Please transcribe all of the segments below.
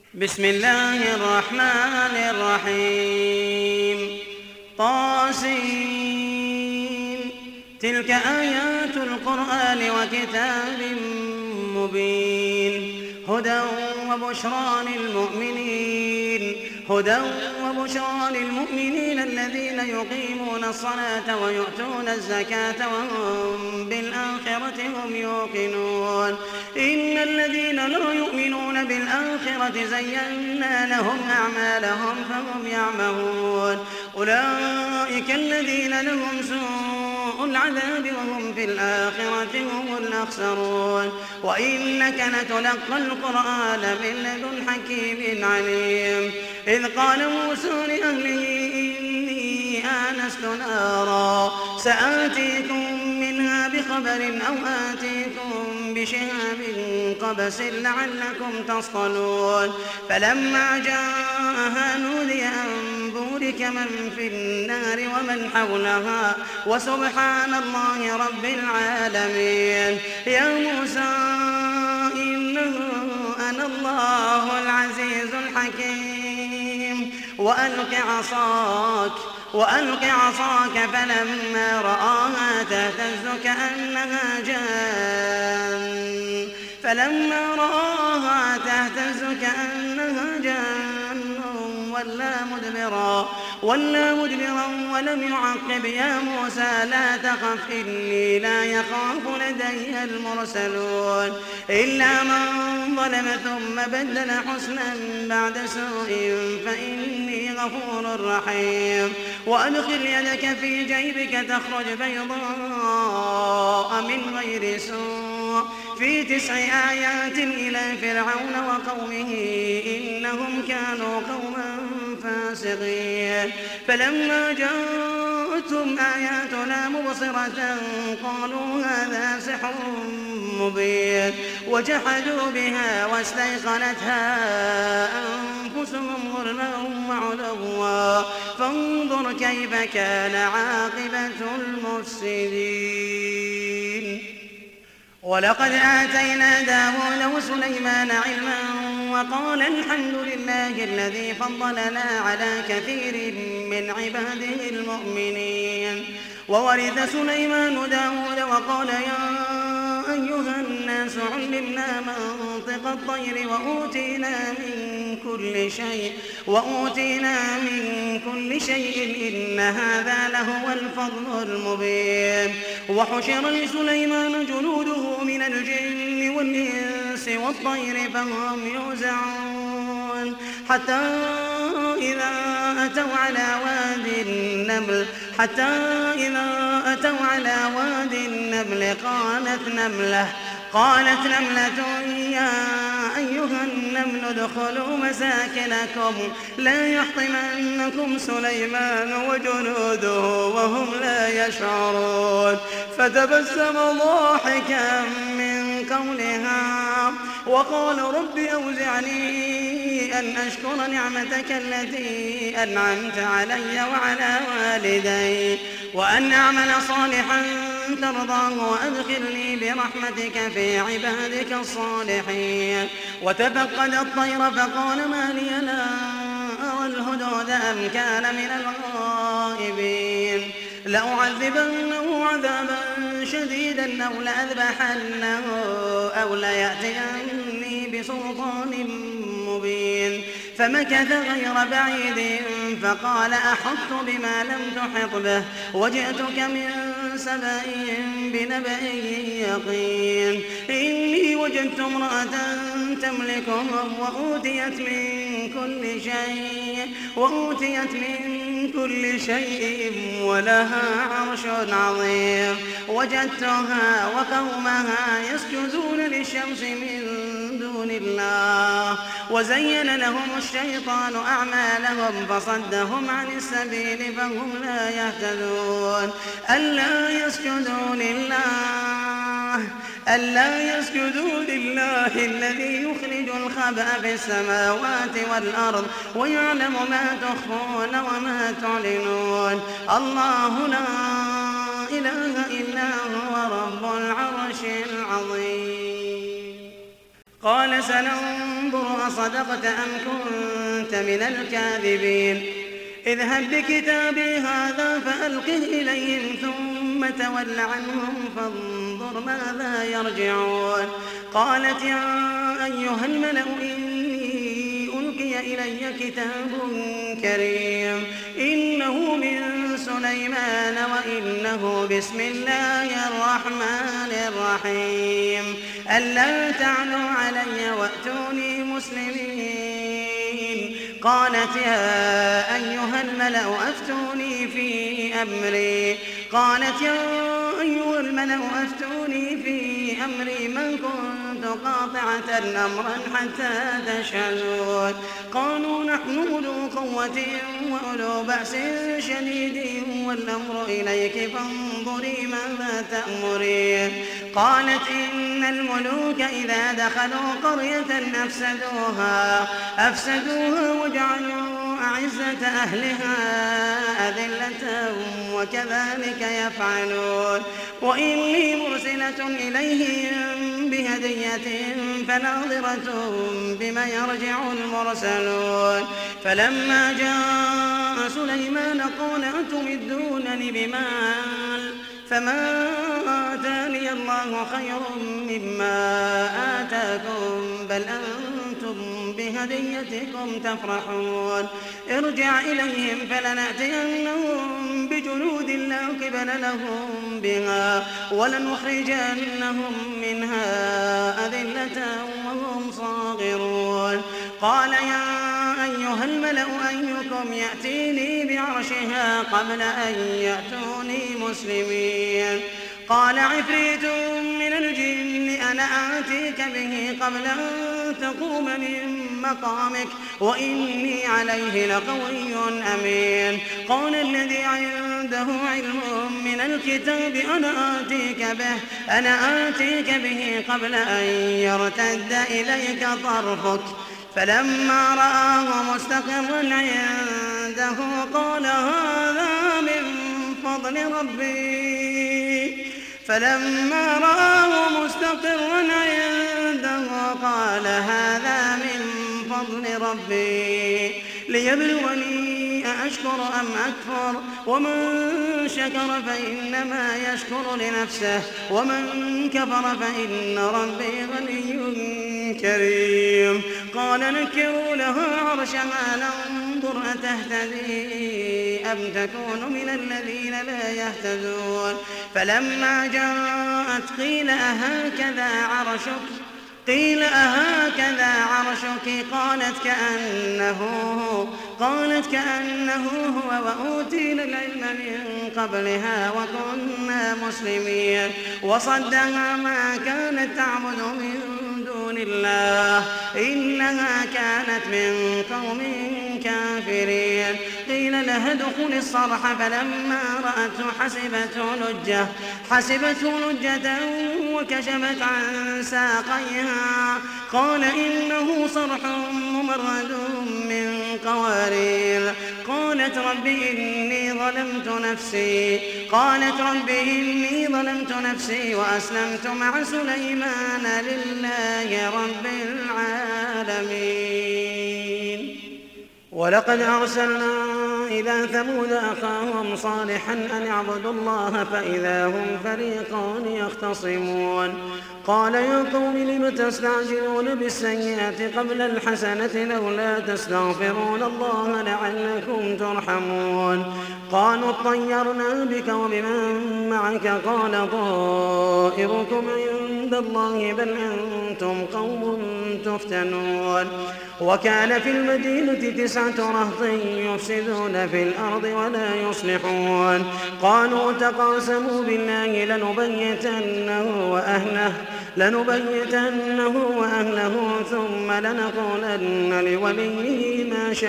بسم الله الرحمن الرحيم. طاسين. تلك آيات القرآن وكتاب مبين. هدى وبشرى للمؤمنين الذين يقيمون الصلاة ويؤتون الزكاة وهم بالآخرة هم يوقنون. إن الذين لا يؤمنون بالآخرة زينا لهم أعمالهم فهم يعمهون. أولئك الذين لهم سوء العذاب وهم في الآخرة هم الأخسرون. وإنك لتلقى القرآن من لدن حكيم عليم. إذ قال موسى لأهله إني آنست نارا سآتيكم منها بخبر أو آتيكم بشهاب قبس لعلكم تصطلون. فلما جاءها نودي أن بورك من في النار ومن حولها وسبحان الله رب العالمين. يا موسى إنه أنا الله العزيز الحكيم. وألق عصاك فلما رآها تهتز كأنها جان ولا مدبرا ولم يعقب. يا موسى لا تخف إني لا يخاف لدي المرسلون. إلا من ظلم ثم بدل حسنا بعد سوء فإني غفور رحيم. وأدخل يدك في جيبك تخرج بيضاء من غير سوء في 9 آيات إلى فرعون وقومه إنهم كانوا قوما فاسقين. فلما جاءتهم آياتنا مبصرة قالوا هذا سحر مبين. وجحدوا بها واستيقنتها أنفسهم ظلما وعلوا فانظر كيف كان عاقبة المفسدين. ولقد آتينا داود وسليمان علما وقال الحمد لله الذي فضلنا على كثير من عباده المؤمنين. وورث سليمان داود وقال يا أيها الناس علمنا منطق الطير وأوتينا من كل شيء إن هذا لهو الفضل المبين. وحشر لسليمان جنوده من الجن والإنس والطير فهم يوزعون حتى إذا أتوا على واد النمل قالت نملة يا أيها النمل ادخلوا مساكنكم لا يحطمنكم سليمان وجنوده وهم لا يشعرون. فتبسم ضاحكا من قولها وقال رب أوزعني أن أشكر نعمتك التي أنعمت علي وعلى والدي وأن أعمل صالحا ترضاه وأدخلني برحمتك في عبادك الصالحين. وتفقد الطير فقال ما لي لا أرى الهدهد أم كان من الغائبين. لأعذبنه عذابا شديدا أو لأذبحنه أو ليأتيني بسلطان مبين. فمكث غير بعيد فقال أحطت بما لم تحط به وجئتك من سبأ بنبأ يقين. إني وجدت امرأة تملكهم وأوتيت من كل شيء ولها عرش عظيم. وجدتها وقومها يسجدون للشمس من دون الله وزين لهم الشيطان أعمالهم فصدهم عن السبيل فهم لا يهتدون. ألا يسجدوا لله الذي يخرج الخبأ في السماوات والأرض ويعلم ما تخفون وما تعلنون. الله لا إله إلا هو رب العرش العظيم. قال سننظر أصدقت أم كنت من الكاذبين اذهب بكتابي هذا فألقه إليهم ثم تول عنهم فانظر ماذا يرجعون قالت يا أيها الملأ إني ألقي إلي كتاب كريم إنه من سليمان وإنه بسم الله الرحمن الرحيم ألا تعلوا علي وأتوني مسلمين قالت يا أيها الملأ أفتوني في أمري ما كنت قاطعة أمرا حتى تشهدون قالوا نحن أولو قوة وأولو بأس شديد والأمر إليك فانظري ماذا تأمرين قالت إن الملوك إذا دخلوا قرية أفسدوها وجعلوا أعزة أهلها أذلة وكذلك يفعلون وإني مرسلة إليهم بهدية فناظرة بما يرجع المرسلون فلما جاء سليمان قال أتمدونني بمال فما آتاني الله خير مما آتاكم بل أنتم بهديتكم تفرحون ارجع إليهم فلنأتينهم بجنود لا قبل لهم بها ولنخرجنهم منها أذلة وهم صاغرون قال يا أيها الملأ أيكم يأتيني بعرشها قبل أن يأتوني مسلمين قال عفريت من الجن أنا آتيك به قبل أن تقوم من مقامك وإني عليه لقوي أمين قال الذي عنده علم من الكتاب أنا آتيك به قبل أن يرتد إليك طرفك فلما رآه مستقرا عنده قال هذا من فضل ربي ليبلوني أأشكر أم أكفر ومن شكر فإنما يشكر لنفسه ومن كفر فإن ربي غني كريم قال نكروا لها عرشها ننظر أتهتدي أم تكون من الذين لا يهتدون فلما جاءت قيل أهكذا عرشك قالت كأنه هو وأوتينا العلم من قبلها وكنا مسلمين وصدها ما كانت تعبد من دون الله إنها كانت من قوم كافرين قيل لها ادخل الصرح فلما رأته حسبته لجة وكشفت عن ساقيها قال إنه صرح ممرد من قوارير قالت رب إني ظلمت نفسي وأسلمت مع سليمان لله رب العالمين ولقد أرسلنا إلى ثمود أخاهم صالحا أن اعبدوا الله فإذا هم فريقان يختصمون قال يا قوم لم تستعجلون بالسيئات قبل الحسنة لولا تستغفرون الله لعلكم ترحمون قالوا اطيرنا بك وبمن معك قال طائركم عند الله بل أنتم قوم تفتنون وكان في المدينة 9 رهط يفسدون في الأرض ولا يصلحون قالوا تقاسموا بالله لنبيتنه وأهله ثم لنقولن لوليه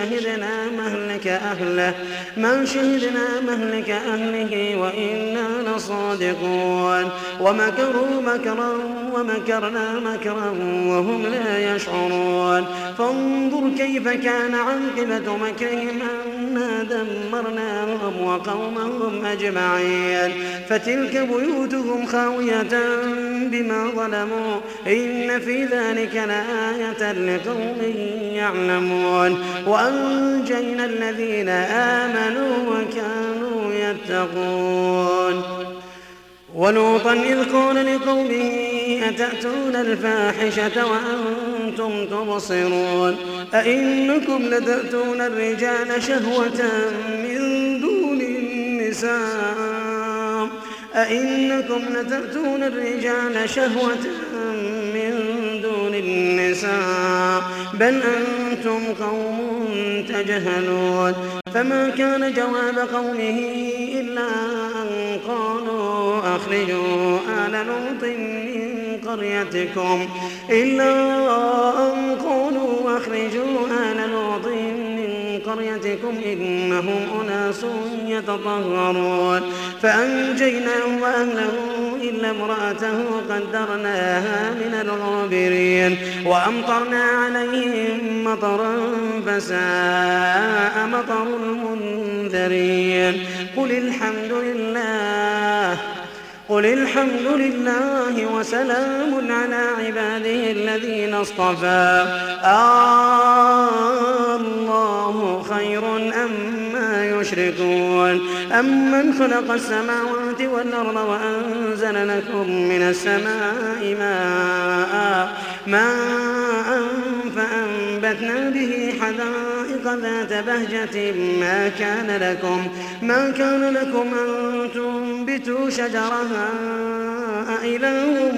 ما شهدنا مهلك أهله وإنا لصادقون ومكروا مكرا ومكرنا مكرا وهم لا يشعرون فانظر كيف كان عاقبة مكرهم أنا دمرناهم وقومهم أجمعين فتلك بيوتهم خاوية بما ظلموا واعلموا إن في ذلك لآية لقوم يعلمون. وأنجينا الذين آمنوا وكانوا يتقون. ولوطا إذ قال لقومه أتأتون الفاحشة وأنتم تبصرون أئنكم لتأتون الرجال شهوة من دون النساء أئنكم لتأتون الرجال شهوة من دون النساء بل أنتم قوم تجهلون. فما كان جواب قومه إلا أن قالوا أخرجوا آل لوط من قريتكم إنهم أناس يتطهرون. فأنجيناه وأهله إلا امرأته قدرناها من الغابرين. وأمطرنا عليهم مطرا فساء مطر المنذرين. قل الحمد لله وسلام على عباده الذين اصطفى الله خير أما يشركون. أمن خلق السماوات والأرض وأنزل لكم من السماء ماء فأنبتنا به حدائق ذات بهجة ما كان لكم أن تنبتوا شجرها أإله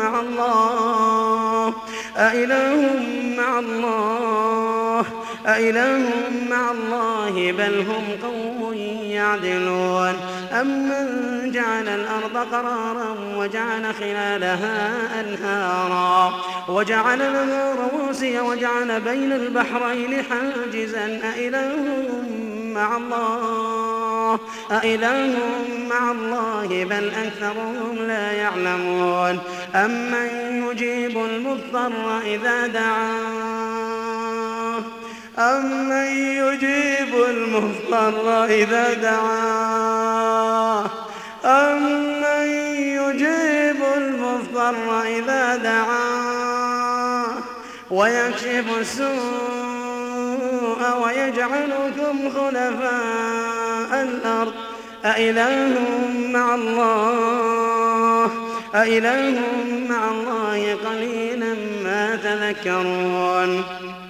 مع الله بل هم قوم يعدلون. أمن جعل الأرض قرارا وجعل خلالها أنهارا وجعل لها رواسي وجعل بين البحرين حاجزا أإله مع الله بل أكثرهم لا يعلمون. أمن يجيب المضطر إذا دعاه ويكشف السوء ويجعلكم خلفاء الأرض أإله مع الله قليلا ما تذكرون.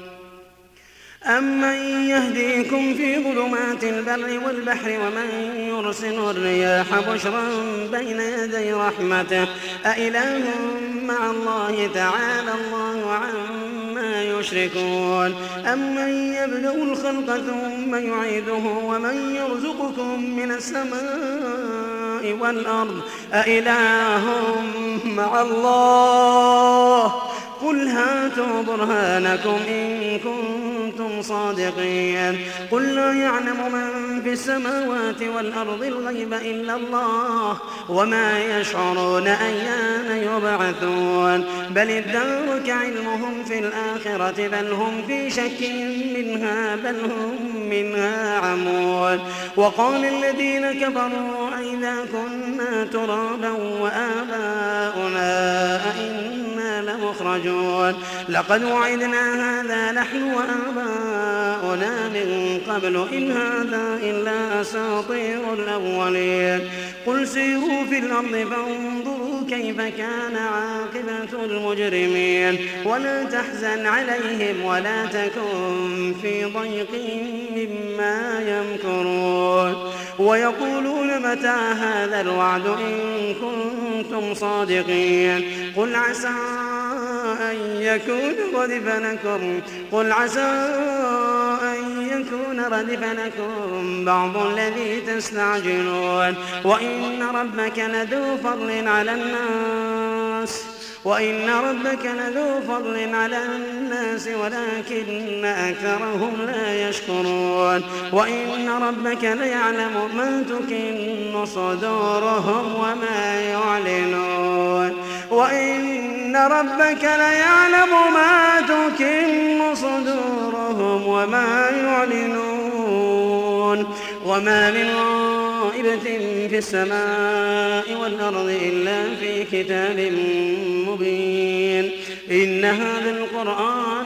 أمن يهديكم في ظلمات البر والبحر ومن يرسل الرياح بشرا بين يدي رحمته أإله مع الله تعالى الله عما يشركون. أمن يبدأ الخلق ثم يعيده ومن يرزقكم من السماء والأرض أإله مع الله قل هاتوا برهانكم إن كنتم صادقين. قل لا يعلم من في السماوات والأرض الغيب إلا الله وما يشعرون أيان يبعثون. بل ادارك علمهم في الآخرة بل هم في شك منها بل هم منها عمون. وقال الذين كفروا أئذا كنا ترابا وآباؤنا أئنا لمخرجون لقد وعدنا هذا نحن وآباؤنا من قبل إن هذا إلا أساطير الأولين. قل سيروا في الأرض فانظروا كيف كان عاقبة المجرمين ولا تحزن عليهم ولا تكن في ضيق مما يمكرون. ويقولون متى هذا الوعد إن كنتم صادقين. قل عسى أن يكون ردف لكم بعض الذي تستعجلون. وإن ربك لذو فضل على الناس ولكن أكثرهم لا يشكرون. وإن ربك ليعلم ما تكن صدورهم وما يعلنون. وما من غائبة في السماء والأرض إلا في كتاب مبين. إن هذا القرآن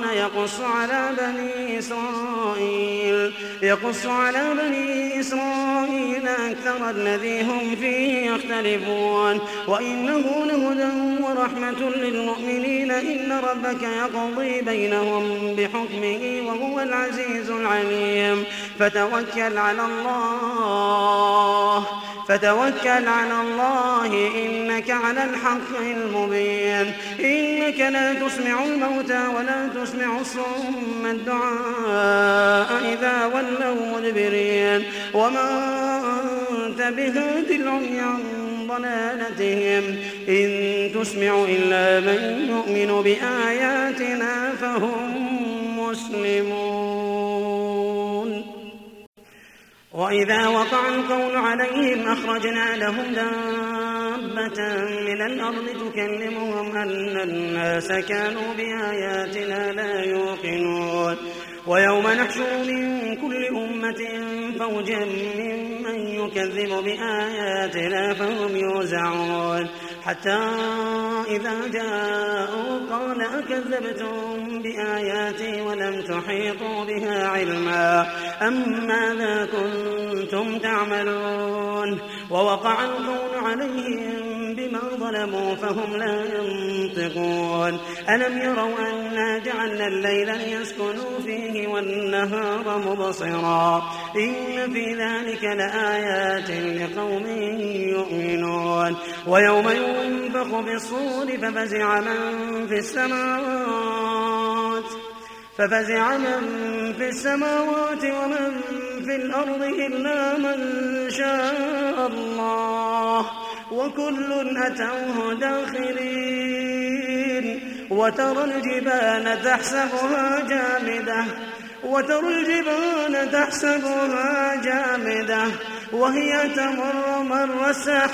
يقص على بني إسرائيل أكثر الذي هم فيه يختلفون وإنه لهدى ورحمة للمؤمنين. إن ربك يقضي بينهم بحكمه وهو العزيز العليم. فتوكل على الله إنك على الحق المبين. إنك لا تسمع الموتى ولا تسمع الصم الدعاء إذا ولوا مدبرين. وما أنت بهاد العمي عن ضلالتهم إن تسمع إلا من يؤمن بآياتنا فهم مسلمون. وإذا وقع القول عليهم أخرجنا لهم دابة من الأرض تكلمهم أن الناس كانوا بآياتنا لا يوقنون. ويوم نحشر من كل أمة فوجا ممن يكذب بآياتنا فهم يوزعون حتى إذا جاءوا قال أكذبتم بآياتي ولم تحيطوا بها علما أم ماذا كنتم تعملون. ووقع القول عليهم بما ظلموا فهم لا ينطقون. ألم يروا أنا جعلنا الليل ليسكنوا فيه والنهار مبصرا إن في ذلك لآيات لقوم يؤمنون. ويوم ينفخ بالصور ففزع من في السماوات ومن في الأرض إلا من شاء الله وكل أتوه داخرين. وترى الجبال تحسبها جامدة وهي تمر مر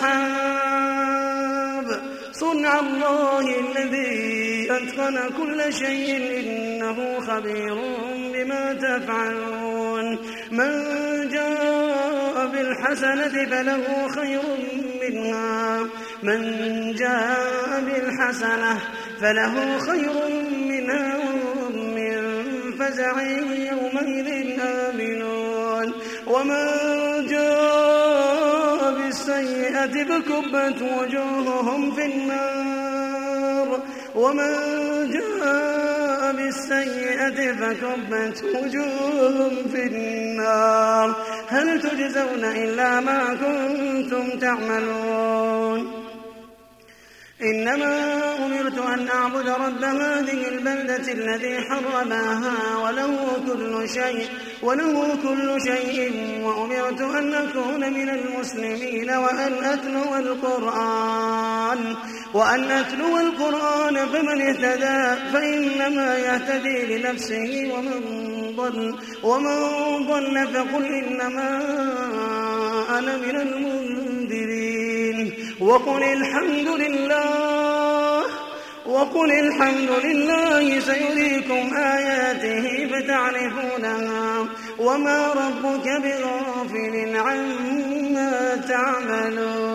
السحاب صنع الله الذي أتقن كل شيء إنه خبير بما تفعلون. من جاء بالحسنة فله خير منها وهم من فزع يومئذ آمنون. ومن جاء بالسيئة فكبت وجوههم في النار هل تجزون إلا ما كنتم تعملون. إنما أمرت أن أعبد رب هذه البلدة الذي حرمها وله كل شيء وأمرت أن أكون من المسلمين وأن أتلو القرآن فمن اهتدى فإنما يهتدي لنفسه ومن ضل فقل إنما أنا من المنذرين. وقل الحمد لله سيريكم آياته فتعرفونها وما ربك بغافل عما تعملون.